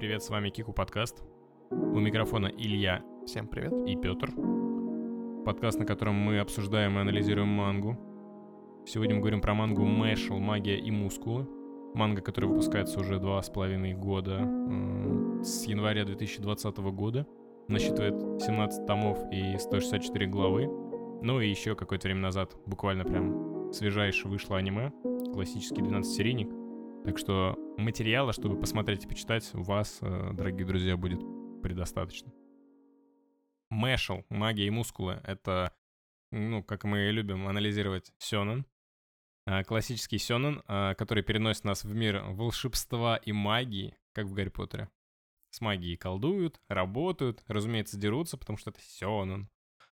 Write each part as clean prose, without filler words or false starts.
привет, с вами Кику подкаст. У микрофона Илья Всем привет. и Петр. Подкаст, на котором мы обсуждаем и анализируем мангу. Сегодня мы говорим про мангу Mashle, Магия и мускулы. Манга, которая выпускается уже 2,5 года, с января 2020 года. Насчитывает 17 томов и 164 главы. Ну и еще какое-то время назад, буквально прям свежайше вышло аниме. Классический 12-серийник. Так что материала, чтобы посмотреть и почитать, у вас, дорогие друзья, будет предостаточно. Mashle, Магия и мускулы — это, как мы любим анализировать, сёнэн. Классический сёнэн, который переносит нас в мир волшебства и магии, как в Гарри Поттере. С магией колдуют, работают, разумеется, дерутся, потому что это сёнэн.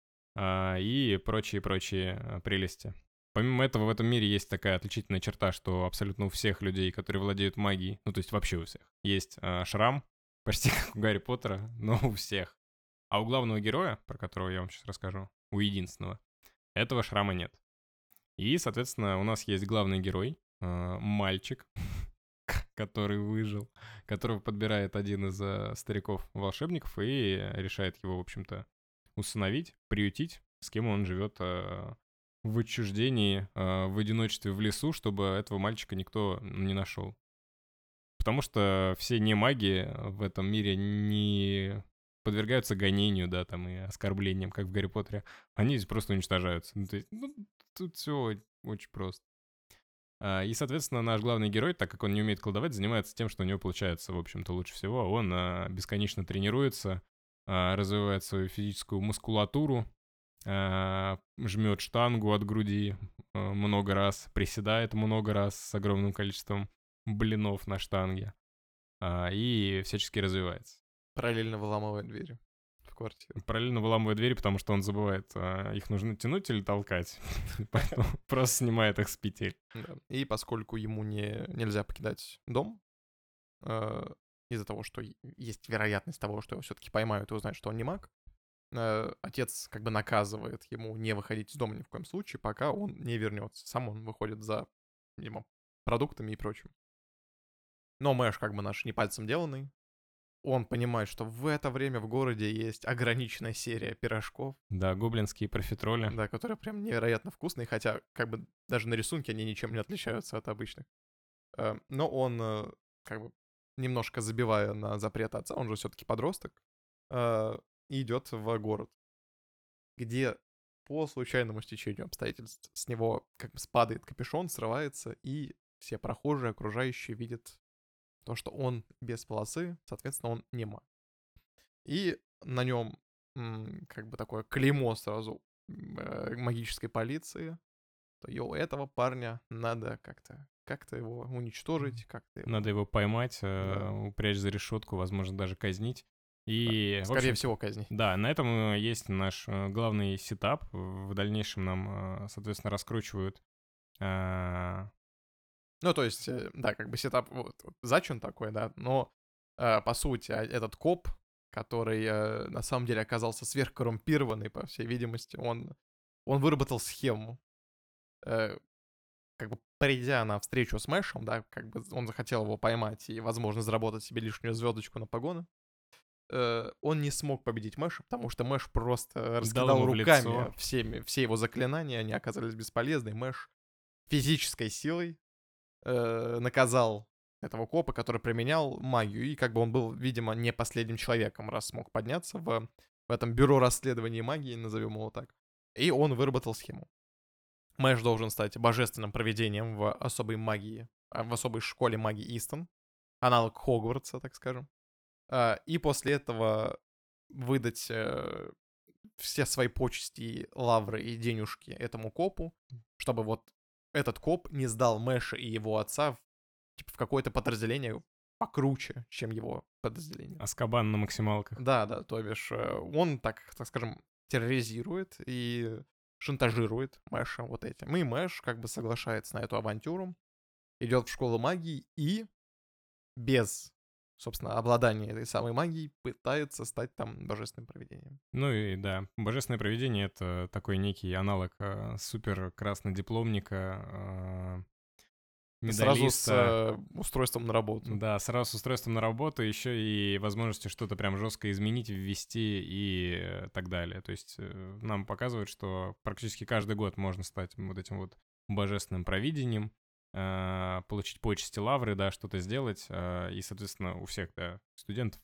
И прочие прелести. Помимо этого, в этом мире есть такая отличительная черта, что абсолютно у всех людей, которые владеют магией, то есть вообще у всех, есть шрам, почти как у Гарри Поттера, но у всех. А у главного героя, про которого я вам сейчас расскажу, у единственного, этого шрама нет. И, соответственно, у нас есть главный герой, мальчик, который выжил, которого подбирает один из стариков-волшебников и решает его, в общем-то, усыновить, приютить, с кем он живет в отчуждении, в одиночестве в лесу, чтобы этого мальчика никто не нашел. Потому что все не-маги в этом мире не подвергаются гонению, да, там, и оскорблениям, как в Гарри Поттере. Они здесь просто уничтожаются. Тут все очень просто. И, соответственно, наш главный герой, так как он не умеет колдовать, занимается тем, что у него получается, в общем-то, лучше всего. Он бесконечно тренируется, развивает свою физическую мускулатуру, жмет штангу от груди много раз, приседает много раз с огромным количеством блинов на штанге и всячески развивается. Параллельно выламывает двери в квартиру. Параллельно выламывает двери, потому что он забывает, их нужно тянуть или толкать, поэтому просто снимает их с петель. Да. И поскольку ему нельзя покидать дом, из-за того, что есть вероятность того, что его все-таки поймают и узнают, что он не маг, отец как бы наказывает ему не выходить из дома ни в коем случае, пока он не вернется. Сам он выходит за, видимо, продуктами и прочим. Но Мэш как бы наш не пальцем деланный. Он понимает, что в это время в городе есть ограниченная серия пирожков. Да, гоблинские профитроли. Да, которые прям невероятно вкусные, хотя как бы даже на рисунке они ничем не отличаются от обычных. Но он, как бы немножко забивая на запрет отца, он же все-таки подросток, идет в город, где по случайному стечению обстоятельств с него как бы спадает капюшон, срывается, и все прохожие, окружающие видят то, что он без полосы, соответственно, он не маг. И на нем как бы такое клеймо сразу магической полиции, то этого парня надо как-то его уничтожить, как-то его... Надо его поймать, Да. упрячь за решетку, возможно, даже казнить. И, в Скорее общем, всего, казни. да, на этом есть наш главный сетап. В дальнейшем нам, соответственно, раскручивают. Ну, то есть, да, как бы сетап вот, зачин такой, да, но по сути этот коп, который на самом деле оказался сверхкоррумпированный, по всей видимости, он выработал схему, э, как бы придя на встречу с Мэшем, да, как бы он захотел его поймать и, возможно, заработать себе лишнюю звездочку на погоны, он не смог победить Мэша, потому что Мэш просто раскидал ему в руками лицо. все его заклинания, они оказались бесполезны, и Мэш физической силой наказал этого копа, который применял магию, и как бы он был, видимо, не последним человеком, раз смог подняться в этом бюро расследования магии, назовем его так. И он выработал схему. Мэш должен стать божественным провидением в особой магии, в особой школе магии Истон, аналог Хогвартса, так скажем. И после этого выдать все свои почести, лавры и денежки этому копу, чтобы вот этот коп не сдал Мэша и его отца в какое-то подразделение покруче, чем его подразделение. Аскабан на максималках. Да, то бишь он, так скажем, терроризирует и шантажирует Мэша вот этим. И Мэш как бы соглашается на эту авантюру, идет в школу магии и без, собственно, обладания этой самой магией пытается стать там божественным провидением. Ну и да, божественное провидение — это такой некий аналог супер краснодипломника, Сразу с медалиста. устройством на работу. Да, сразу с устройством на работу, еще и возможностью что-то прям жестко изменить, ввести и так далее. То есть нам показывают, что практически каждый год можно стать вот этим вот божественным провидением, получить почести лавры, да, что-то сделать. И, соответственно, у всех, да, студентов,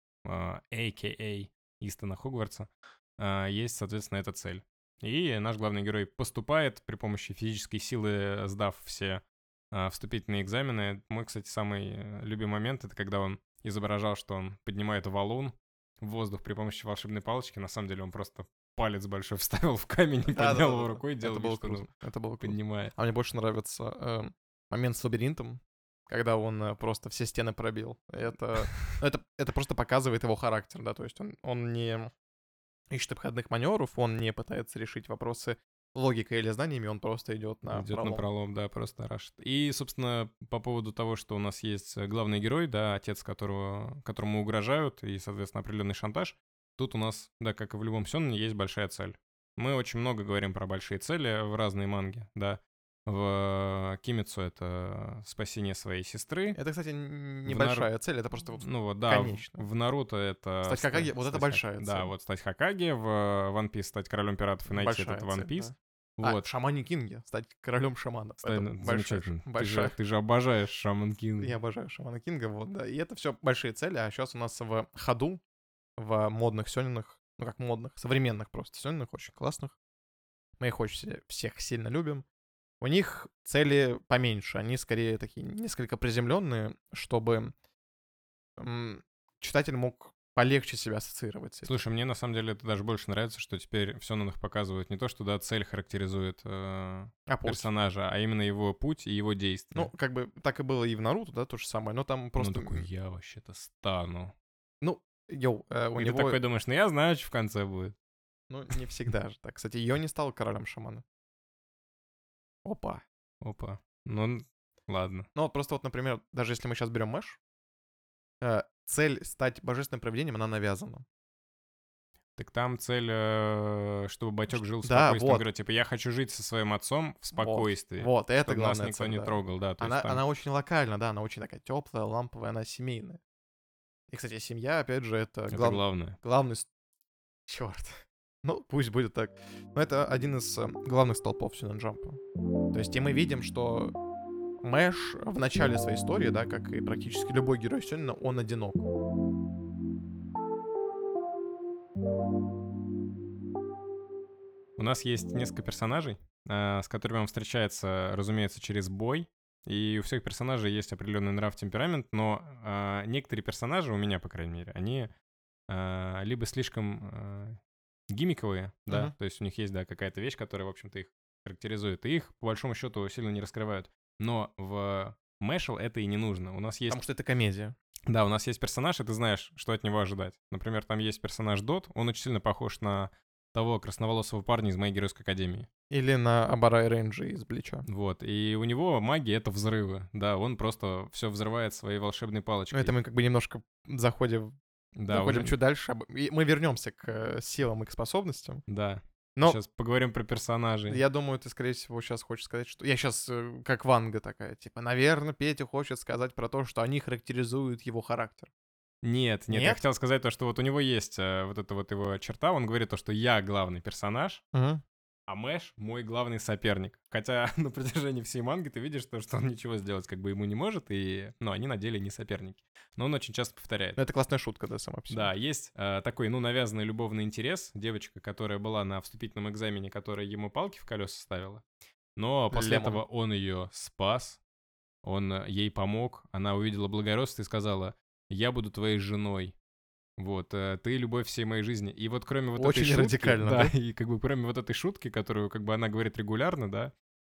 a.k.a. Истона Хогвартса, есть, соответственно, эта цель. И наш главный герой поступает при помощи физической силы, сдав все вступительные экзамены. Мой, кстати, самый любимый момент — это когда он изображал, что он поднимает валун в воздух при помощи волшебной палочки. На самом деле он просто палец большой вставил в камень и поднял его рукой, делал вид, что он Это было круто. поднимает. А мне больше нравится момент с лабиринтом, когда он просто все стены пробил. Это просто показывает его характер, да, то есть он не ищет обходных маневров, он не пытается решить вопросы логикой или знаниями, он просто идет на Идет пролом. на пролом, да, просто рашит. И, собственно, по поводу того, что у нас есть главный герой, да, отец которому угрожают, и, соответственно, определенный шантаж, тут у нас, да, как и в любом сёнэне, есть большая цель. Мы очень много говорим про большие цели в разные манги, да. В Кимицу это спасение своей сестры. Это, кстати, небольшая цель, это просто вот Ну вот, да, конечно. в Наруто это... Стать Хокаге, вот это большая цель. Да, вот стать Хокаге, в One Piece стать королем пиратов и найти Большая этот One цель, Piece. да. Вот. В Шамане Кинге стать королем шаманов. Это Замечательно. большая. Ты же обожаешь Шаман Кинг. Я обожаю Шамана Кинга, вот, да. И это все большие цели, а сейчас у нас в ходу, в модных сёнэнах, ну как модных, современных просто сёнэнах, очень классных. Мы их очень всех сильно любим. У них цели поменьше, они скорее такие несколько приземленные, чтобы читатель мог полегче себя ассоциировать с этим. Слушай, мне на самом деле это даже больше нравится, что теперь в Сёнэнах показывают не то, что, да, цель характеризует Путь. персонажа, а именно его путь и его действия. Ну, как бы так и было и в Наруто, да, то же самое, но там просто... Ну, такой, я вообще-то стану. Ну, у И него... ты такой думаешь, ну я знаю, что в конце будет. Ну, не всегда же так. Кстати, Йо не стал королем шамана. Опа. Опа. Ну, ладно. Ну, вот просто вот, например, даже если мы сейчас берем Мэш, цель стать божественным провидением, она навязана. Так там цель, чтобы Батёк жил в Да, спокойствии. Он вот. говорит, типа, я хочу жить со своим отцом в спокойствии. Вот, это чтобы нас главная никто цель, не да. трогал, да. То есть там... Она очень локальна, да, она очень такая теплая, ламповая, она семейная. И, кстати, семья, опять же, это главное. главный... Черт. Ну, пусть будет так. Но это один из главных столпов Сюнэн Джампа. То есть и мы видим, что Мэш в начале своей истории, да, как и практически любой герой Сюнэна, он одинок. У нас есть несколько персонажей, с которыми он встречается, разумеется, через бой. И у всех персонажей есть определенный нрав, темперамент, но некоторые персонажи, у меня, по крайней мере, они либо слишком гиммиковые, да, то есть у них есть, да, какая-то вещь, которая, в общем-то, их характеризует, и их, по большому счету, сильно не раскрывают. Но в Мэшел это и не нужно. У нас есть... Потому что это комедия. Да, у нас есть персонаж, и ты знаешь, что от него ожидать. Например, там есть персонаж Дот, он очень сильно похож на того красноволосого парня из «Моей геройской академии». Или на Абарай Рейнджи из Блича. Вот, и у него магия — это взрывы, да, он просто все взрывает своей волшебной палочкой. Ну, это мы как бы немножко заходим чуть дальше. И мы вернемся к силам и к способностям. Да, Но сейчас поговорим про персонажей. я думаю, ты, скорее всего, сейчас хочешь сказать, что... Я сейчас как Ванга такая, типа, наверное, Петя хочет сказать про то, что они характеризуют его характер. Нет, я хотел сказать то, что вот у него есть вот эта вот его черта, он говорит то, что я главный персонаж, а Мэш мой главный соперник. Хотя на протяжении всей манги ты видишь то, что он ничего сделать как бы ему не может, и, ну, они на деле не соперники. Но он очень часто повторяет. Ну, это классная шутка, да, сама по себе. Да, есть такой, ну, навязанный любовный интерес. Девочка, которая была на вступительном экзамене, которая ему палки в колеса ставила. Но после этого он ее спас, он ей помог, она увидела благородство и сказала: я буду твоей женой. Вот, ты любовь всей моей жизни. И вот кроме вот очень этой шутки... радикально, да? да? И как бы кроме вот этой шутки, которую как бы она говорит регулярно, да,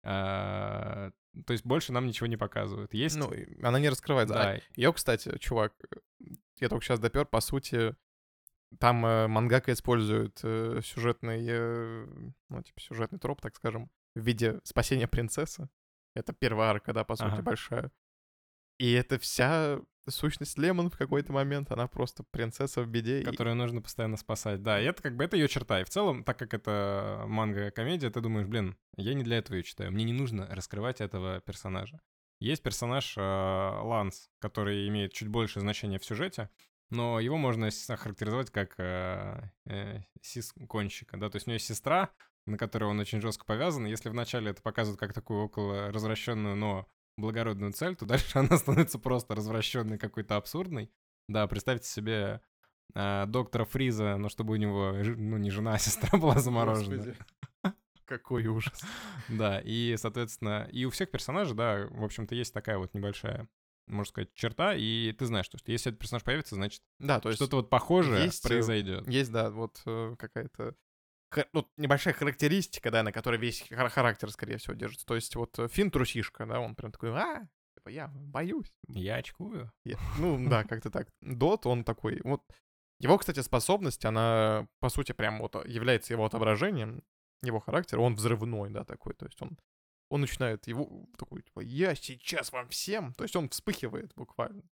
то есть больше нам ничего не показывают. Есть... Ну, она не раскрывается. Да. Ее, кстати, чувак, я только сейчас допер, по сути, там мангака использует сюжетный троп, так скажем, в виде спасения принцессы. Это первая арка, да, по сути, большая. И это вся сущность Лемон в какой-то момент, она просто принцесса в беде. Которую нужно постоянно спасать, да. И это как бы это ее черта. И в целом, так как это манга-комедия, ты думаешь, блин, я не для этого ее читаю. Мне не нужно раскрывать этого персонажа. Есть персонаж Ланс, который имеет чуть больше значения в сюжете, но его можно охарактеризовать как сис-конщика, да, то есть у него есть сестра, на которую он очень жестко повязан. Если вначале это показывают как такую около развращенную, но благородную цель, то дальше она становится просто развращенной, какой-то абсурдной. Да, представьте себе доктора Фриза, но чтобы у него, ну, не жена, а сестра была заморожена. Господи, какой ужас. Да, и, соответственно, и у всех персонажей, да, в общем-то, есть такая вот небольшая, можно сказать, черта, и ты знаешь, что если этот персонаж появится, значит, Да, то есть что-то вот похожее есть, произойдет. есть, да, вот какая-то ну, небольшая характеристика, да, на которой весь характер, скорее всего, держится. То есть вот Финн трусишка, да, он прям такой, типа, я боюсь. Я очкую. Ну, да, как-то так. Дот, он такой, вот, его, кстати, способность, она, по сути, прям вот является его отображением, его характер, он взрывной, да, такой, то есть он начинает его такой, типа, я сейчас вам всем, то есть он вспыхивает буквально.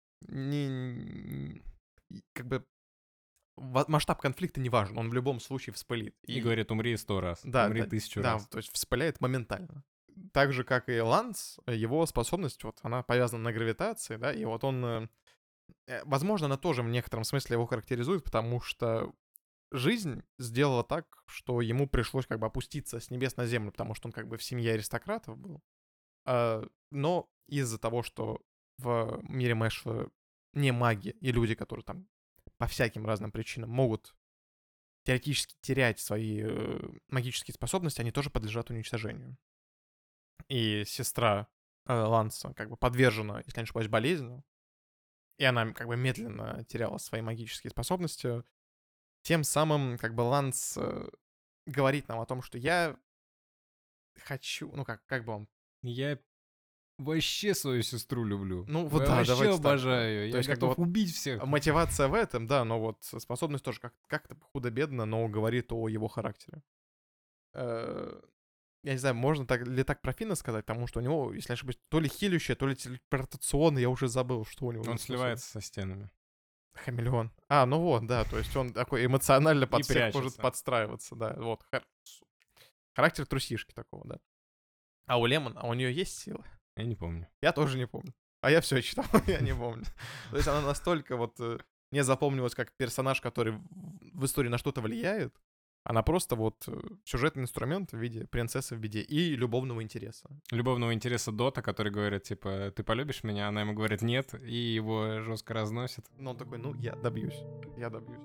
Как бы масштаб конфликта не важен, он в любом случае вспылит. И говорит, умри 100 раз, Да, умри да, 1000 да, раз. то есть вспыляет моментально. Так же, как и Ланс, его способность, вот, она повязана на гравитации, да, и вот он, возможно, она тоже в некотором смысле его характеризует, потому что жизнь сделала так, что ему пришлось как бы опуститься с небес на землю, потому что он как бы в семье аристократов был. Но из-за того, что в мире Мэша не маги и люди, которые там по всяким разным причинам могут теоретически терять свои магические способности, они тоже подлежат уничтожению. И сестра Ланса как бы подвержена, если я не ошибаюсь, болезни, и она как бы медленно теряла свои магические способности. Тем самым как бы Ланс говорит нам о том, что я хочу, ну как бы он, Я вообще свою сестру люблю. ну вот Я да, вообще давайте так, да. обожаю ее. То Я есть как бы готов вот убить всех. мотивация в этом, да, но вот способность тоже как-то худо-бедно, но говорит о его характере. Э, Я не знаю, можно так про Финна сказать, потому что у него, если не ошибаюсь, то ли хилющая, то ли телепортационный, я уже забыл, что у него. Он за способность. сливается со стенами. Хамелеон. Ну вот, да, то есть он такой эмоционально под И всех может прячется. подстраиваться, да, вот. Характер трусишки такого, да. А у Лемон, у нее есть сила? Я не помню. Я тоже не помню. А я все читал, я не помню. То есть она настолько вот не запомнилась как персонаж, который в истории на что-то влияет. Она просто вот сюжетный инструмент в виде принцессы в беде и любовного интереса. Любовного интереса Дота, который говорит, типа, ты полюбишь меня? Она ему говорит нет, и его жестко разносит. Но он такой, ну, я добьюсь, я добьюсь.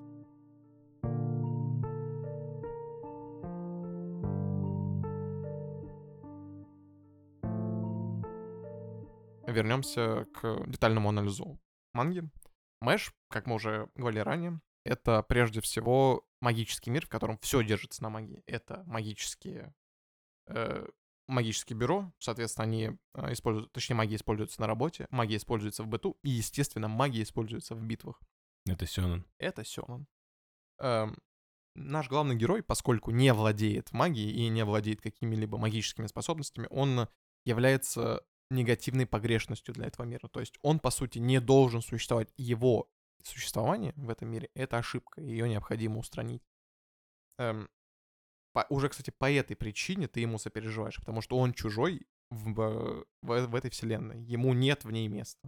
Вернемся к детальному анализу манги. Мэш, как мы уже говорили ранее, это прежде всего магический мир, в котором все держится на магии. Это магические бюро, соответственно, они используют, точнее, магия используется на работе, магия используется в быту, и, естественно, магия используется в битвах. Это Сёнэн. Это сёнэн. Наш главный герой, поскольку не владеет магией и не владеет какими-либо магическими способностями, он является негативной погрешностью для этого мира. То есть он, по сути, не должен существовать. Его существование в этом мире — это ошибка, и ее необходимо устранить. Уже, кстати, по этой причине ты ему сопереживаешь, потому что он чужой в этой вселенной. Ему нет в ней места.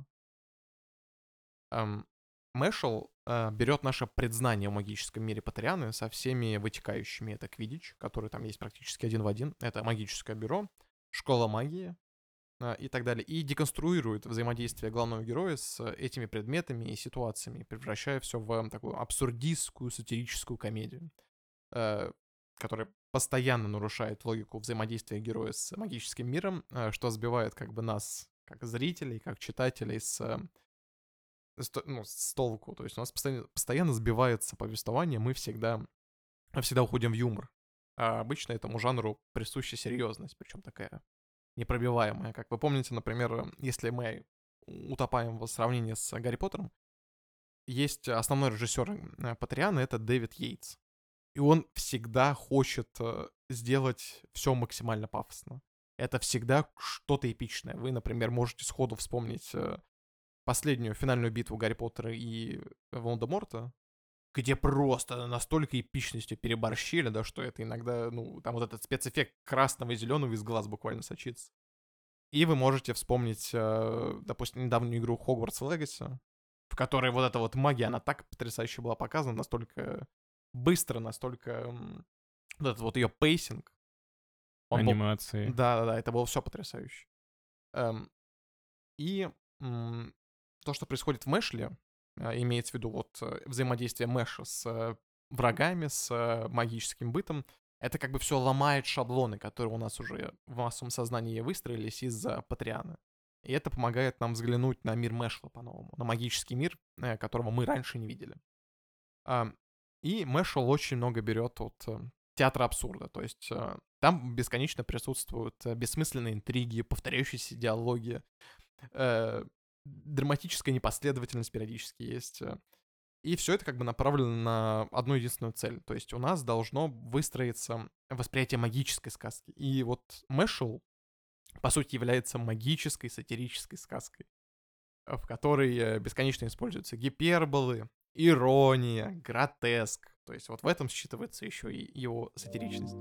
Мэшел берет наше предзнание о магическом мире Патарианы со всеми вытекающими. Это Квиддич, который там есть практически один в один. Это магическое бюро, школа магии и так далее. И деконструирует взаимодействие главного героя с этими предметами и ситуациями, превращая все в такую абсурдистскую сатирическую комедию, которая постоянно нарушает логику взаимодействия героя с магическим миром, что сбивает как бы нас, как зрителей, как читателей с толку. То есть у нас постоянно сбивается повествование, мы всегда уходим в юмор. А обычно этому жанру присуща серьезность, причем такая непробиваемая. Как вы помните, например, если мы утопаем в сравнении с Гарри Поттером, есть основной режиссер Патариана, это Дэвид Йейтс. И он всегда хочет сделать все максимально пафосно. Это всегда что-то эпичное. Вы, например, можете сходу вспомнить последнюю финальную битву Гарри Поттера и Волан-де-Морта, где просто настолько эпичностью переборщили, да, что это иногда, ну, там вот этот спецэффект красного и зеленого из глаз буквально сочится. И вы можете вспомнить, допустим, недавнюю игру Hogwarts Legacy, в которой вот эта вот магия, она так потрясающе была показана, настолько быстро, настолько вот этот вот ее пейсинг, он был... Анимации. Да-да-да, это было все потрясающе. Эм, И то, что происходит в Мэшле, имеется в виду вот взаимодействие Мэша с врагами, с магическим бытом, это как бы все ломает шаблоны, которые у нас уже в массовом сознании выстроились из-за Патриана. И это помогает нам взглянуть на мир Мэшла по-новому, на магический мир, которого мы раньше не видели. А, И Мэшл очень много берет от театра абсурда, то есть там бесконечно присутствуют бессмысленные интриги, повторяющиеся диалоги, драматическая непоследовательность периодически есть. И все это как бы направлено на одну единственную цель. То есть у нас должно выстроиться восприятие магической сказки. И вот Мэшл, по сути, является магической сатирической сказкой, в которой бесконечно используются гиперболы, ирония, гротеск. То есть вот в этом считывается еще и его сатиричность.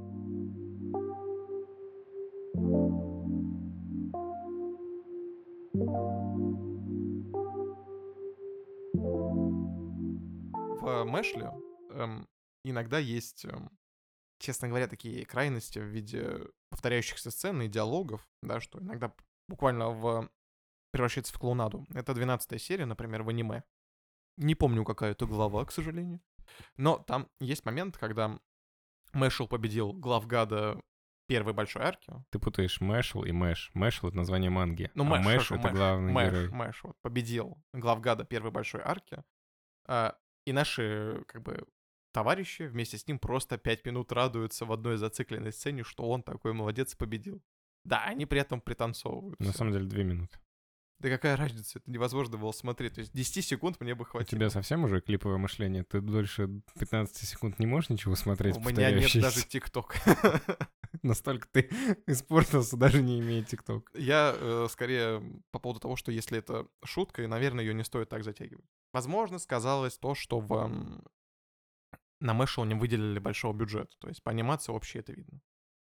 В Мэшле иногда есть, честно говоря, такие крайности в виде повторяющихся сцен и диалогов, да, что иногда буквально превращается в клоунаду. Это 12-я серия, например, в аниме. Не помню, какая это глава, к сожалению. Но там есть момент, когда Мэшл победил главгада первой большой арки. Ты путаешь Мэшл и Мэш. Мэшл — это название манги, Ну, а Мэш, Мэш — хорошо, это главный герой. Мэш вот, победил главгада первой большой арки. И наши, как бы, товарищи вместе с ним просто 5 минут радуются в одной зацикленной сцене, что он такой молодец, победил. Да, они при этом пританцовывают. На всё. самом деле 2 минуты. Да какая разница, это невозможно было смотреть. То есть 10 секунд мне бы У хватило. тебя совсем уже клиповое мышление? Ты дольше 15 секунд не можешь ничего смотреть, У меня нет повторяющееся? даже ТикТок. Настолько ты испортился, даже не имея ТикТок. Я скорее по поводу того, что если это шутка, и, наверное, ее не стоит так затягивать. Возможно, сказалось то, что на Мэшл не выделили большого бюджета. То есть по анимации вообще это видно.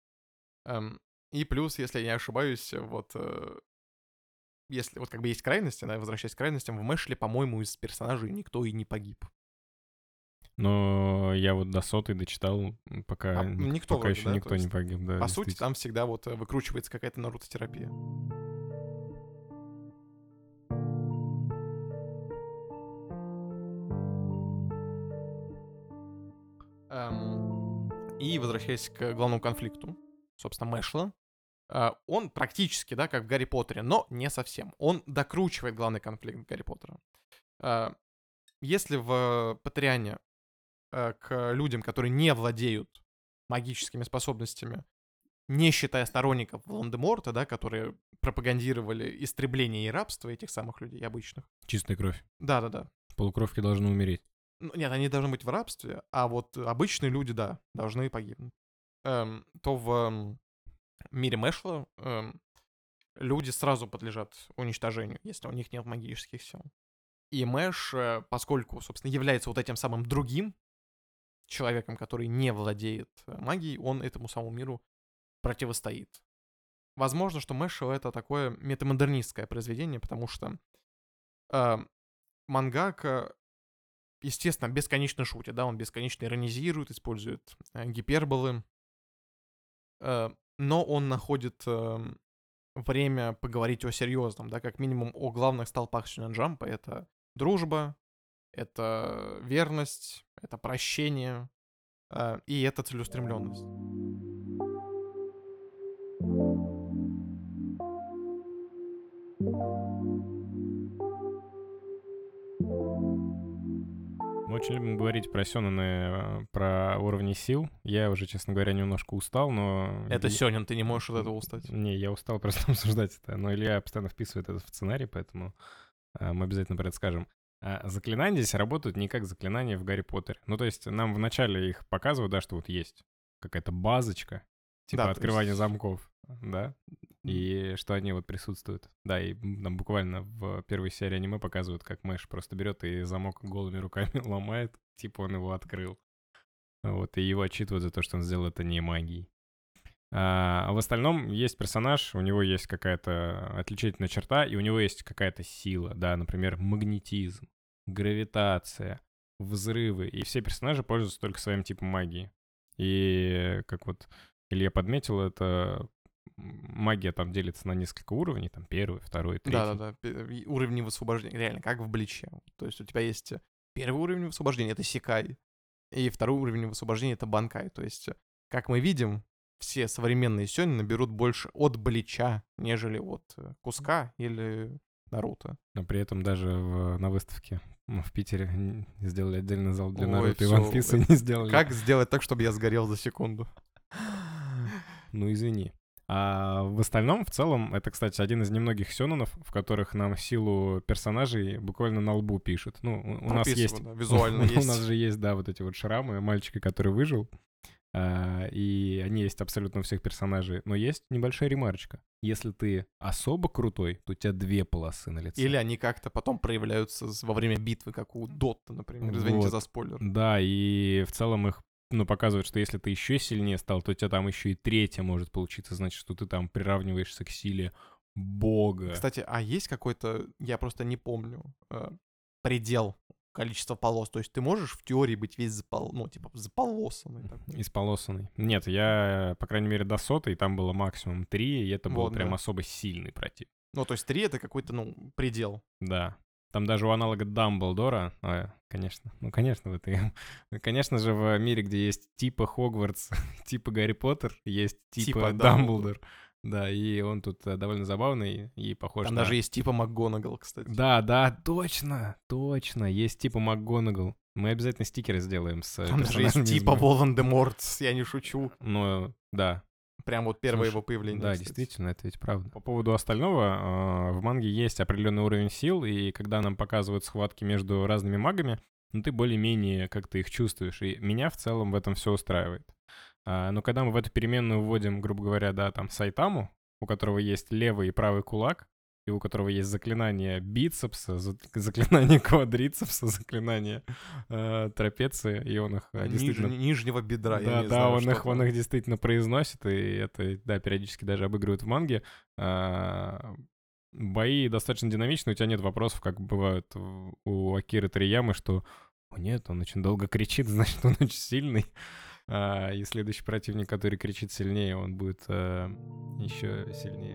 И плюс, если я не ошибаюсь, вот если вот как бы есть крайности, да, возвращаясь к крайностям, в Мэшле, по-моему, из персонажей никто и не погиб. Но я вот до 100-й дочитал, пока, Никто пока вроде, еще да, никто то не есть, погиб, да, по сути, действительно. там всегда вот выкручивается какая-то наруто-терапия. И возвращаясь к главному конфликту, собственно, Мэшла, он практически, да, как в Гарри Поттере, но не совсем. Он докручивает главный конфликт Гарри Поттера. А, Если в Патриане к людям, которые не владеют магическими способностями, не считая сторонников Волан-де-Морта, да, которые пропагандировали истребление и рабство этих самых людей обычных. Чистая кровь. Да-да-да. Полукровки должны умереть. Ну, нет, они должны быть в рабстве, а вот обычные люди, да, должны погибнуть. То в мире Мэшла люди сразу подлежат уничтожению, если у них нет магических сил. И Мэш, поскольку, собственно, является вот этим самым другим человеком, который не владеет магией, он этому самому миру противостоит. Возможно, что Мэшел — это такое метамодернистское произведение, потому что мангака, естественно, бесконечно шутит, да, он бесконечно иронизирует, использует гиперболы, но он находит время поговорить о серьезном, да, как минимум о главных столпах Shonen Jump. Это дружба, это верность, это прощение и это целеустремленность. Мы очень любим говорить про сёнэны, про уровни сил. Я уже, честно говоря, немножко устал, но... Это сёнэн, ты не можешь от этого устать. Не, я устал просто обсуждать это. Но Илья постоянно вписывает это в сценарий, поэтому мы обязательно про это скажем. Заклинания здесь работают не как заклинания в Гарри Поттере. Ну, то есть нам вначале их показывают, да, что вот есть какая-то базочка, типа Да, открывания есть... замков, да, и что они вот присутствуют. Да, и там буквально в первой серии аниме показывают, как Мэш просто берет и замок голыми руками ломает, типа он его открыл. Вот, и его отчитывают за то, что он сделал это не магией. А в остальном есть персонаж, у него есть какая-то отличительная черта, и у него есть какая-то сила, да, например, магнетизм, гравитация, взрывы, и все персонажи пользуются только своим типом магии. И как вот Илья подметил, это магия там делится на несколько уровней, там первый, второй, третий. Да-да-да, уровни высвобождения, реально, как в Бличе. То есть у тебя есть первый уровень высвобождения — это Секай, и второй уровень высвобождения — это Банкай. То есть, как мы видим, все современные сёнэны берут больше от Блича, нежели от Куска или Наруто. Но при этом даже на выставке в Питере сделали отдельный зал для Ой, Наруто и всё, One Piece не сделали. Как сделать так, чтобы я сгорел за секунду? Ну, извини. А в остальном, в целом, это, кстати, один из немногих сёнэнов, в которых нам силу персонажей буквально на лбу пишут. Ну, у нас есть... Прописывано, визуально У нас есть. же есть, да, вот эти вот шрамы мальчика, который выжил. И они есть абсолютно у всех персонажей. Но есть небольшая ремарочка. Если ты особо крутой, то у тебя 2 полосы на лице. Или они как-то потом проявляются во время битвы, как у Дотта, например. Извините Вот. за спойлер. Да, и в целом их показывают, что если ты еще сильнее стал, то у тебя там еще и 3 может получиться, значит, что ты там приравниваешься к силе бога. Кстати, а есть какой-то, я просто не помню, предел количества полос? То есть ты можешь в теории быть весь заполосанный такой? Исполосанный. Нет, я, по крайней мере, до 100-й, там было максимум 3, и это был Вот, прям да. особо сильный противник. Ну, то есть 3 — это какой-то, предел. Да. Там даже у аналога Дамблдора, конечно, конечно же, в мире, где есть типа Хогвартс, типа Гарри Поттер, есть типа Дамблдор. Да, и он тут довольно забавный и похож Там на... даже есть типа МакГонагал, кстати. Да, точно, есть типа МакГонагал. Мы обязательно стикеры сделаем с Там даже есть персонажами из типа Марвел. Волан-де-Морт, я не шучу. Ну, да. Прям вот первое Слушай, его появление. Да, кстати. действительно, это ведь правда. По поводу остального, в манге есть определенный уровень сил, и когда нам показывают схватки между разными магами, ты более-менее как-то их чувствуешь, и меня в целом в этом все устраивает. Но когда мы в эту переменную вводим, грубо говоря, да, там Сайтаму, у которого есть левый и правый кулак, и у которого есть заклинание бицепса, заклинание квадрицепса, заклинание трапеции, и он их действительно... Нижнего бедра, я Да, не знаю, он что их там. действительно произносит, и это, да, периодически даже обыгрывают в манге. Бои достаточно динамичные, у тебя нет вопросов, как бывают у Акиры Ториямы, что «О нет, он очень долго кричит, значит, он очень сильный». И следующий противник, который кричит сильнее, он будет еще сильнее.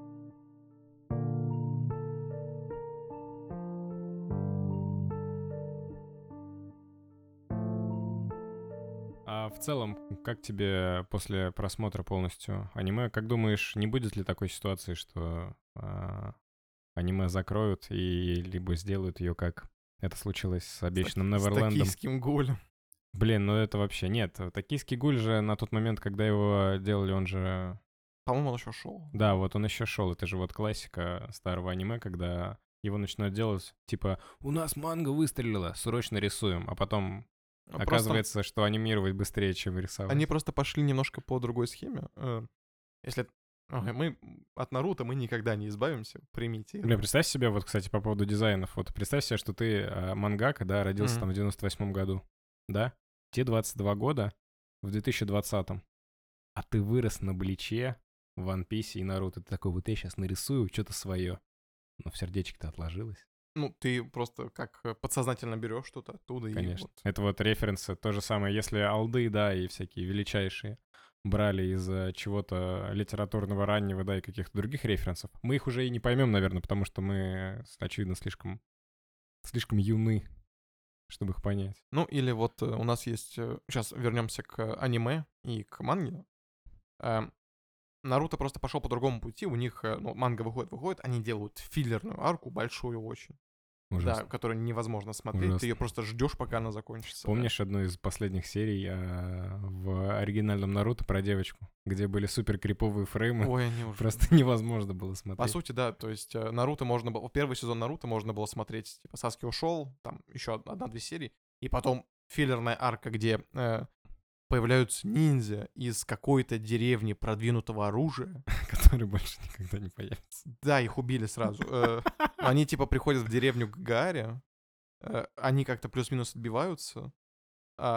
А в целом, как тебе после просмотра полностью аниме? Как думаешь, не будет ли такой ситуации, что аниме закроют и либо сделают ее, как это случилось с обещанным С Неверлендом? токийским гулем. Блин, ну это вообще нет. Токийский гуль же на тот момент, когда его делали, он же... По-моему, он еще шел. Да, вот он еще шел. Это же вот классика старого аниме, когда его начинают делать, типа, у нас манга выстрелила, срочно рисуем, а потом оказывается, что анимировать быстрее, чем рисовать. Они просто пошли немножко по другой схеме. Если мы от Наруто мы никогда не избавимся, примите. Бля, представь себе, вот, кстати, по поводу дизайнов. Вот представь себе, что ты мангака, да, родился там в 98-м году, да? Тебе 22 года в 2020-м, а ты вырос на Бличе, в One Piece и Наруто. Ты такой, вот я сейчас нарисую что-то свое. Но в сердечке-то отложилось. Ну, ты просто как подсознательно берешь что-то оттуда. Конечно. И вот. Это вот референсы. То же самое, если алды, да, и всякие величайшие брали из чего-то литературного раннего, да, и каких-то других референсов. Мы их уже и не поймем, наверное, потому что мы, очевидно, слишком юны, чтобы их понять. Ну, или вот у нас есть... Сейчас вернемся к аниме и к манге. Наруто просто пошел по другому пути. У них манга выходит, они делают филлерную арку, большую очень. Ужасно. Да, которую невозможно смотреть. Ужасно. Ты ее просто ждешь, пока она закончится. Помнишь одну из последних серий в оригинальном Наруто про девочку, где были супер криповые фреймы? Ой, они уже... Просто невозможно было смотреть. По сути, да, то есть Наруто можно было... Первый сезон Наруто можно было смотреть, типа, Саски ушел, там еще одна-две серии, и потом филлерная арка, где появляются ниндзя из какой-то деревни продвинутого оружия. Который больше никогда не появится. Да, их убили сразу. Они, типа, приходят в деревню к Гаре, они как-то плюс-минус отбиваются,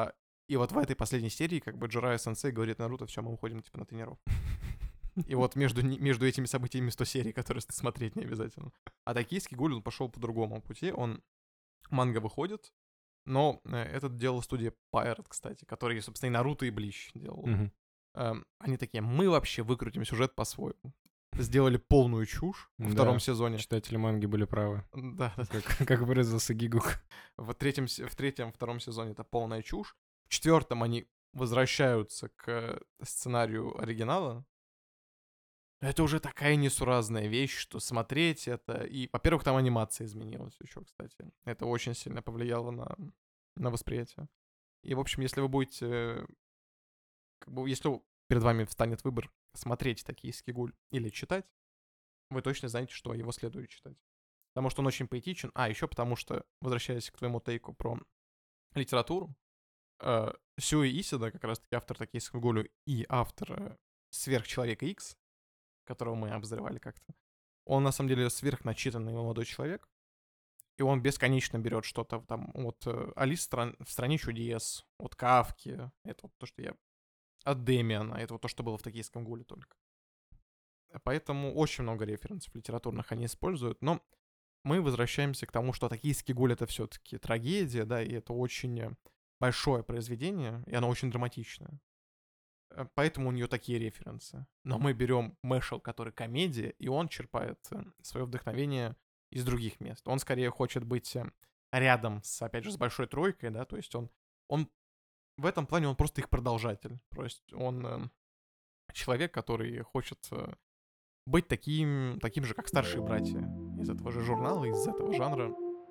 И вот в этой последней серии как бы Джирайя-сенсей говорит Наруто: все, мы уходим типа на тренировку. И вот между этими событиями 100 серий, которые смотреть не обязательно. А Токийский Гуль, он пошел по другому пути. Манга выходит, но это делала студия Pirate, кстати, который, собственно, и Наруто, и Блич делал. Они такие: мы вообще выкрутим сюжет по-своему. Сделали полную чушь во втором сезоне. Читатели манги были правы. Да. Как выразился Гигук. В втором сезоне это полная чушь. В 4-м они возвращаются к сценарию оригинала. Это уже такая несуразная вещь, что смотреть это... И, во-первых, там анимация изменилась еще, кстати. Это очень сильно повлияло на восприятие. И, в общем, если вы будете... если перед вами встанет выбор смотреть «Токийский Гуль» или читать, вы точно знаете, что его следует читать. Потому что он очень поэтичен. Еще потому что, возвращаясь к твоему тейку про литературу, Сюи Исида, как раз-таки автор «Токийского Гулю» и автор «Сверхчеловека Икс», которого мы обозревали как-то, он на самом деле сверхначитанный молодой человек, и он бесконечно берет что-то там от Алис в «Стране чудес», от Кафки, это вот то, что я... от Дэмиана, это вот то, что было в «Токийском Гуле» только. Поэтому очень много референсов литературных они используют, но мы возвращаемся к тому, что «Токийский Гуль» — это все-таки трагедия, да, и это очень большое произведение, и оно очень драматичное. Поэтому у нее такие референсы. Но мы берем Мэшел, который комедия, и он черпает свое вдохновение из других мест. Он скорее хочет быть рядом с, опять же, с большой тройкой, да, то есть он в этом плане он просто их продолжатель. То есть он человек, который хочет быть таким же, как старшие братья из этого же журнала, из этого жанра.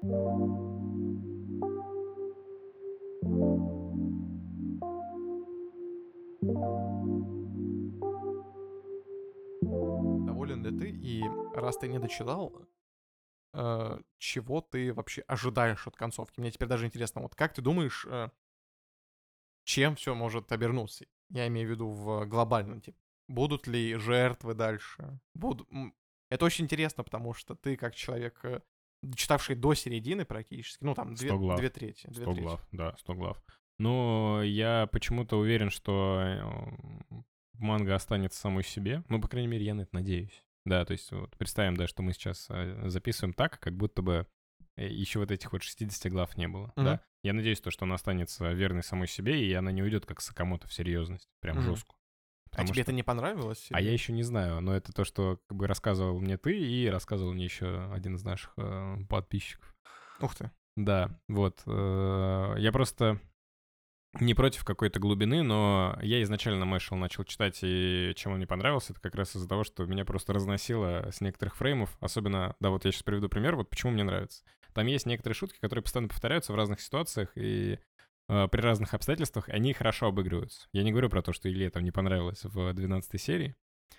Доволен ли ты? И раз ты не дочитал, чего ты вообще ожидаешь от концовки? Мне теперь даже интересно, вот как ты думаешь, чем все может обернуться? Я имею в виду в глобальном, типа, будут ли жертвы дальше? Это очень интересно, потому что ты как человек, читавший до середины практически, ну там 2 трети. 100 глав, да, 100 глав. Но я почему-то уверен, что манга останется самой себе. Ну, по крайней мере, я на это надеюсь. Да, то есть вот представим, да, что мы сейчас записываем так, как будто бы еще вот этих вот 60 глав не было, да. Я надеюсь, что она останется верной самой себе, и она не уйдет как Сакамото в серьезность, прям жестко. А тебе это не понравилось? А я еще не знаю, но это то, что как бы рассказывал мне ты, и рассказывал мне еще один из наших подписчиков. Ух ты. Да, вот. Я просто не против какой-то глубины, но я изначально Мэшел начал читать, и чем он мне понравился, это как раз из-за того, что меня просто разносило с некоторых фреймов, особенно, да, вот я сейчас приведу пример, вот почему мне нравится. Там есть некоторые шутки, которые постоянно повторяются в разных ситуациях, и при разных обстоятельствах они хорошо обыгрываются. Я не говорю про то, что Илье там не понравилось в 12 серии,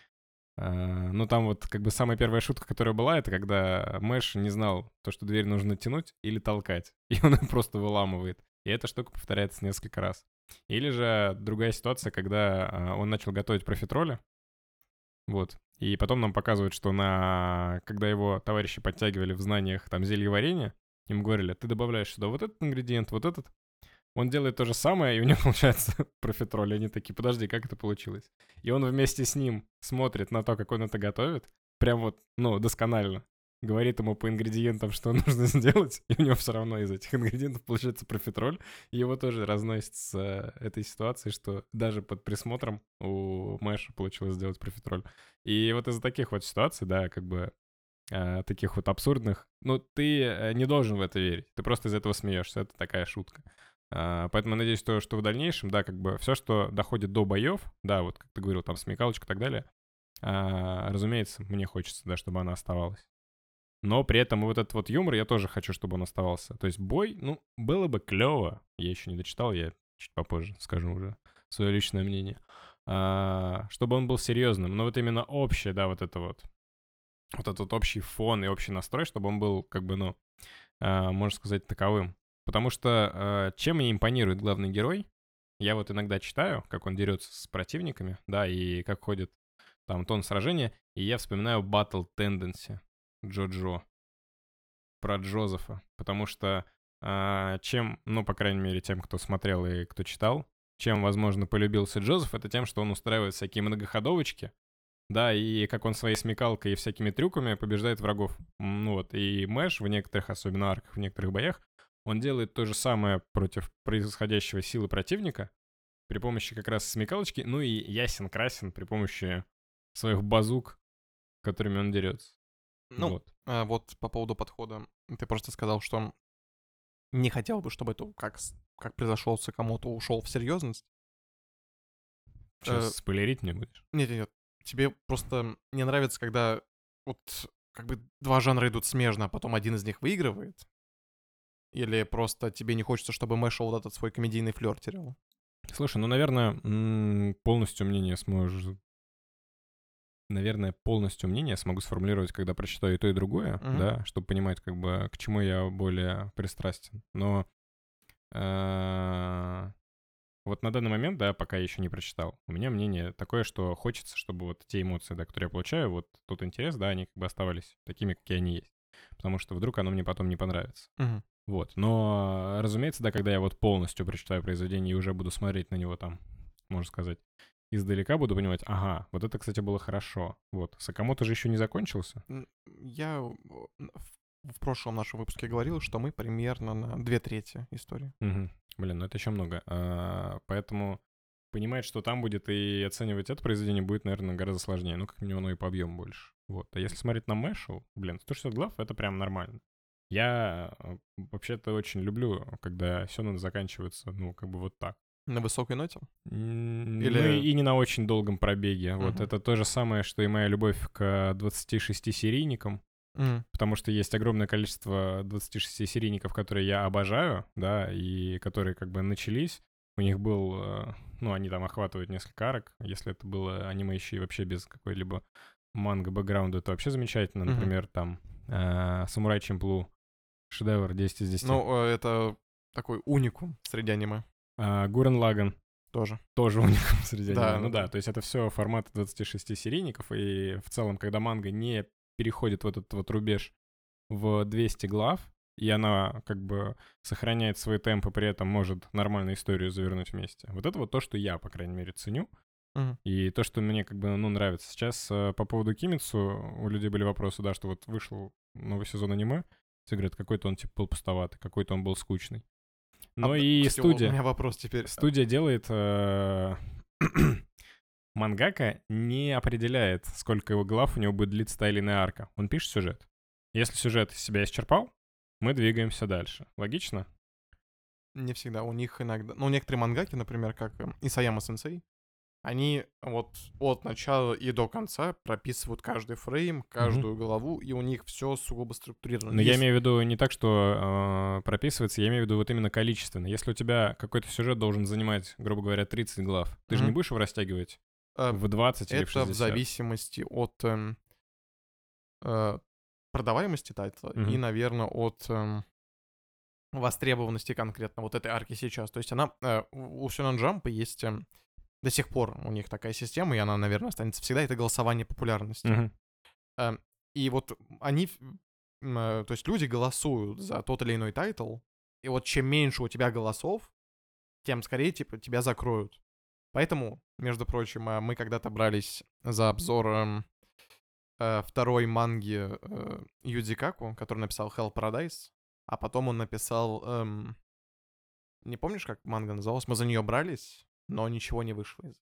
но там вот как бы самая первая шутка, которая была, это когда Мэш не знал то, что дверь нужно тянуть или толкать, и он ее просто выламывает. И эта штука повторяется несколько раз. Или же другая ситуация, когда он начал готовить профитроли, вот, и потом нам показывают, что когда его товарищи подтягивали в знаниях там зельеварения, им говорили: ты добавляешь сюда вот этот ингредиент, вот этот. Он делает то же самое, и у него получается профитроль. И они такие: подожди, как это получилось? И он вместе с ним смотрит на то, как он это готовит, прям вот, ну, досконально. Говорит ему по ингредиентам, что нужно сделать, и у него все равно из этих ингредиентов получается профитроль. И его тоже разносит с этой ситуацией, что даже под присмотром у Мэша получилось сделать профитроль. И вот из-за таких вот ситуаций, да, как бы таких вот абсурдных, ну, ты не должен в это верить. Ты просто из этого смеешься. Это такая шутка. Поэтому надеюсь, что в дальнейшем, да, как бы все, что доходит до боев, да, вот как ты говорил, там смекалочка и так далее, разумеется, мне хочется, да, чтобы она оставалась. Но при этом вот этот вот юмор я тоже хочу, чтобы он оставался. То есть бой, ну, было бы клево. Я еще не дочитал, я чуть попозже скажу уже свое личное мнение. Чтобы он был серьезным. Но вот именно общее, да, вот этот общий фон и общий настрой, чтобы он был, как бы, ну, можно сказать, таковым. Потому что чем мне импонирует главный герой, я вот иногда читаю, как он дерется с противниками, да, и как ходит там тон сражения, и я вспоминаю Battle Tendency Джоджо про Джозефа, потому что чем, ну, по крайней мере, тем, кто смотрел и кто читал, чем, возможно, полюбился Джозеф, это тем, что он устраивает всякие многоходовочки, да, и как он своей смекалкой и всякими трюками побеждает врагов. Ну вот, и Мэш в некоторых, особенно арках, в некоторых боях, он делает то же самое против происходящего силы противника при помощи как раз смекалочки, ну и ясен-красен при помощи своих базук, которыми он дерется. Ну, Вот. вот по поводу подхода. Ты просто сказал, что не хотел бы, чтобы это как произошел с кому-то ушел в серьезность. Сейчас спойлерить мне будешь? Нет, тебе просто не нравится, когда вот как бы два жанра идут смежно, а потом один из них выигрывает? Или просто тебе не хочется, чтобы Мэшел вот этот свой комедийный флёр терял? Слушай, ну, наверное, полностью мнение сможешь... Наверное, полностью мнение смогу сформулировать, когда прочитаю и то, и другое, Мгм. да, чтобы понимать, как бы, к чему я более пристрастен. Но вот на данный момент, да, пока я еще не прочитал, у меня мнение такое, что хочется, чтобы вот те эмоции, да, которые я получаю, вот тот интерес, да, они как бы оставались такими, какие они есть. Потому что вдруг оно мне потом не понравится. Мгм. Вот. Но, разумеется, да, когда я вот полностью прочитаю произведение и уже буду смотреть на него там, можно сказать, издалека буду понимать, ага, вот это, кстати, было хорошо. Вот. Сакамото же еще не закончился. Я в прошлом нашем выпуске говорил, что мы примерно на 2/3 истории. Мгм. Блин, ну это еще много. Поэтому понимать, что там будет, и оценивать это произведение будет, наверное, гораздо сложнее. Ну, как минимум, оно и по объему больше. Вот. А если смотреть на Мэшел, блин, 160 глав — это прям нормально. Я вообще-то очень люблю, когда сёнэн заканчивается, ну, как бы вот так. На высокой ноте? Ну Или- и не на очень долгом пробеге. Вот Мгм. это то же самое, что и моя любовь к 26-серийникам. Мгм. Потому что есть огромное количество 26-серийников, которые я обожаю, да, и которые как бы начались. У них был, ну, они там охватывают несколько арок. Если это было аниме еще и вообще без какой-либо манго-бэкграунда, это вообще замечательно. Мгм. Например, там Самурай Чемплу, шедевр 10 из 10. Ну, это такой уникум среди аниме Гуррен Лаганн тоже. тоже уникум среди аниме. Да, Ну да, да, то есть это все формат 26 серийников, и в целом, когда манга не переходит в этот вот рубеж в 200 глав, и она как бы сохраняет свой темп и при этом может нормальную историю завернуть вместе. Вот это вот то, что я, по крайней мере, ценю, Мгм. и то, что мне как бы, ну, нравится. Сейчас по поводу Кимицу у людей были вопросы, да, что вот вышел новый сезон аниме, все говорят, какой-то он типа был пустоватый, какой-то он был скучный. Но и Кстати, у студия... меня вопрос теперь. Студия делает... Мангака не определяет, сколько его глав у него будет длиться та или иная арка. Он пишет сюжет. Если сюжет себя исчерпал, мы двигаемся дальше. Логично? Не всегда. У них иногда... Ну, некоторые мангаки, например, как Исаяма Сенсей, они вот от начала и до конца прописывают каждый фрейм, каждую главу, и у них все сугубо структурировано. Но я Есть- имею в виду не так, что прописывается, я имею в виду вот именно количественно. Если у тебя какой-то сюжет должен занимать, грубо говоря, 30 глав, ты же не Мгм. будешь его растягивать э, в 20 или в Это 60. в зависимости от э, продаваемости тайтла и, Мгм. наверное, от востребованности конкретно вот этой арки сейчас. То есть она... у Shonen Jump есть... до сих пор у них такая система, и она, наверное, останется всегда, это голосование популярности. Мгм. Эм, И вот они, то есть люди голосуют за тот или иной тайтл, и вот чем меньше у тебя голосов, тем скорее, типа, тебя закроют. Поэтому, между прочим, мы когда-то брались за обзор второй манги Юдзи Каку, который написал Hell Paradise, а потом он написал... не помнишь, как манга называлась? Мы за нее брались, но ничего не вышло из...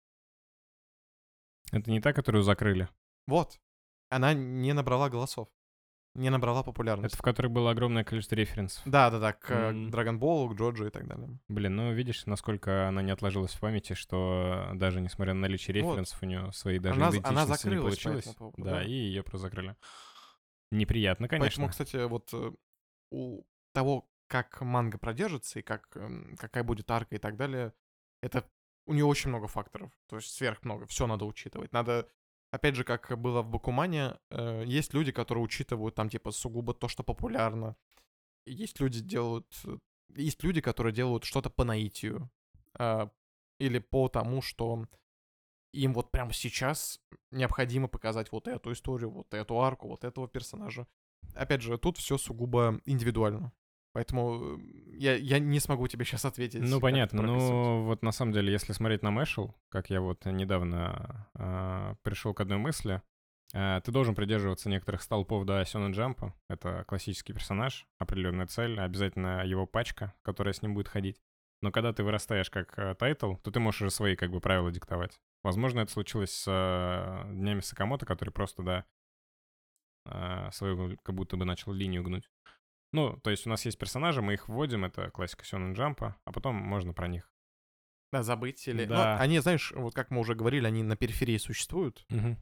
Это не та, которую закрыли. Вот. Она не набрала голосов. Не набрала Это популярность. в которой было огромное количество референсов. Да, к М. Dragon Ball, к Джоджо и так далее. Блин, ну видишь, насколько она не отложилась в памяти, что даже несмотря на наличие Вот. референсов, у нее своей даже Она идентичности не закрылась по получилось. этому поводу, Да, да. и ее просто закрыли. Неприятно, конечно. Поэтому, кстати, вот у того, как манга продержится и какая будет арка и так далее, это у нее очень много факторов. То есть сверх много. Все надо учитывать. Надо, опять же, как было в Бакумане, есть люди, которые учитывают там типа сугубо то, что популярно. Есть есть люди, которые делают что-то по наитию. Или по тому, что им вот прямо сейчас необходимо показать вот эту историю, вот эту арку, вот этого персонажа. Опять же, тут все сугубо индивидуально. Поэтому я не смогу тебе сейчас ответить. Ну, как понятно. это прописывать. Ну, вот на самом деле, если смотреть на Мэшл, как я вот недавно пришел к одной мысли, ты должен придерживаться некоторых столпов до Сёнэн Джампа. Это классический персонаж, определенная цель, обязательно его пачка, которая с ним будет ходить. Но когда ты вырастаешь как тайтл, то ты можешь уже свои как бы правила диктовать. Возможно, это случилось с Днями Сакамото, который просто, да, свою как будто бы начал линию гнуть. Ну, то есть у нас есть персонажи, мы их вводим, это классика Сёнэн Джампа, а потом можно про них. Да, забыть или... Ну, Да. они, знаешь, вот как мы уже говорили, они на периферии существуют. Мгм.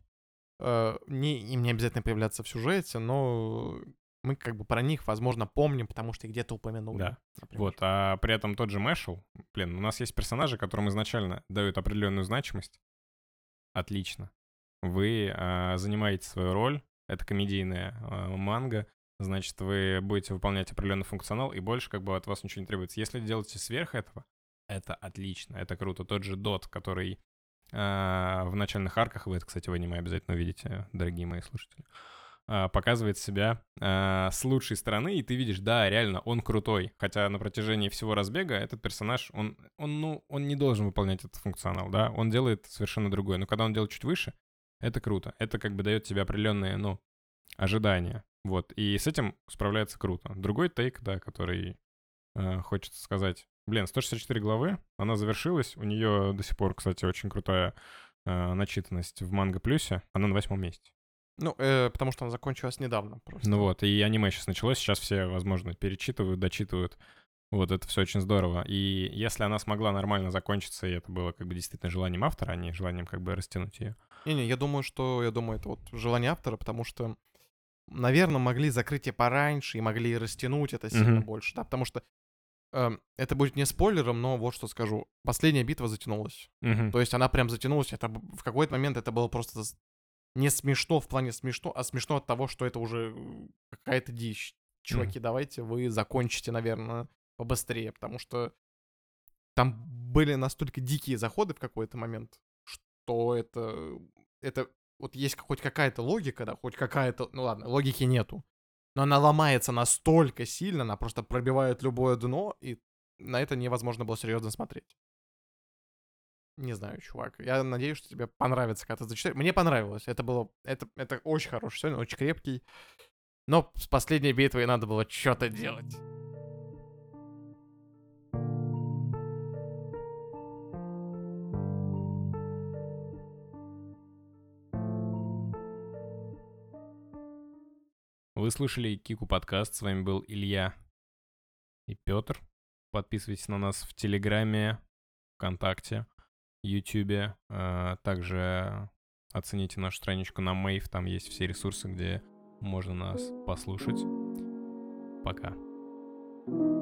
Им не обязательно появляться в сюжете, но мы как бы про них, возможно, помним, потому что их где-то упомянули. Да. Например. Вот, а при этом тот же Мэшл, блин, у нас есть персонажи, которым изначально дают определенную значимость. Отлично. Вы занимаете свою роль, это комедийная манга, значит, вы будете выполнять определенный функционал, и больше как бы от вас ничего не требуется. Если делаете сверх этого, это отлично, это круто. Тот же Дот, который в начальных арках, вы это, кстати, в аниме обязательно увидите, дорогие мои слушатели, показывает себя с лучшей стороны, и ты видишь, да, реально, он крутой. Хотя на протяжении всего разбега этот персонаж, он не должен выполнять этот функционал, да, он делает совершенно другое. Но когда он делает чуть выше, это круто. Это как бы дает тебе определенные, ну, ожидания. Вот, и с этим справляется круто. Другой тейк, да, который хочется сказать. Блин, 164 главы, она завершилась, у нее до сих пор, кстати, очень крутая начитанность в Манго Плюсе, она на 8 месте. Ну, потому что она закончилась недавно просто. Ну вот, и аниме сейчас началось, сейчас все, возможно, перечитывают, дочитывают. Вот, это все очень здорово. И если она смогла нормально закончиться, и это было как бы действительно желанием автора, а не желанием как бы растянуть ее. Не-не, я думаю, это вот желание автора, потому что, наверное, могли закрыть и пораньше, и могли растянуть это сильно больше, да, потому что это будет не спойлером, но вот что скажу. Последняя битва затянулась. То есть она прям затянулась, в какой-то момент это было просто не смешно в плане смешно, а смешно от того, что это уже какая-то дичь. Чуваки, давайте вы закончите, наверное, побыстрее, потому что там были настолько дикие заходы в какой-то момент, что это вот есть хоть какая-то логика, да, хоть какая-то, ну ладно, логики нету, но она ломается настолько сильно, она просто пробивает любое дно, и на это невозможно было серьезно смотреть. Не знаю, чувак. Я надеюсь, что тебе понравится, когда ты зачитаешь. Мне понравилось. Это очень хороший сон, очень крепкий. Но с последней битвой надо было что-то делать. Вы слушали Кику подкаст, с вами был Илья и Петр. Подписывайтесь на нас в Телеграме, ВКонтакте, Ютубе. Также оцените нашу страничку на Мэйв, там есть все ресурсы, где можно нас послушать. Пока.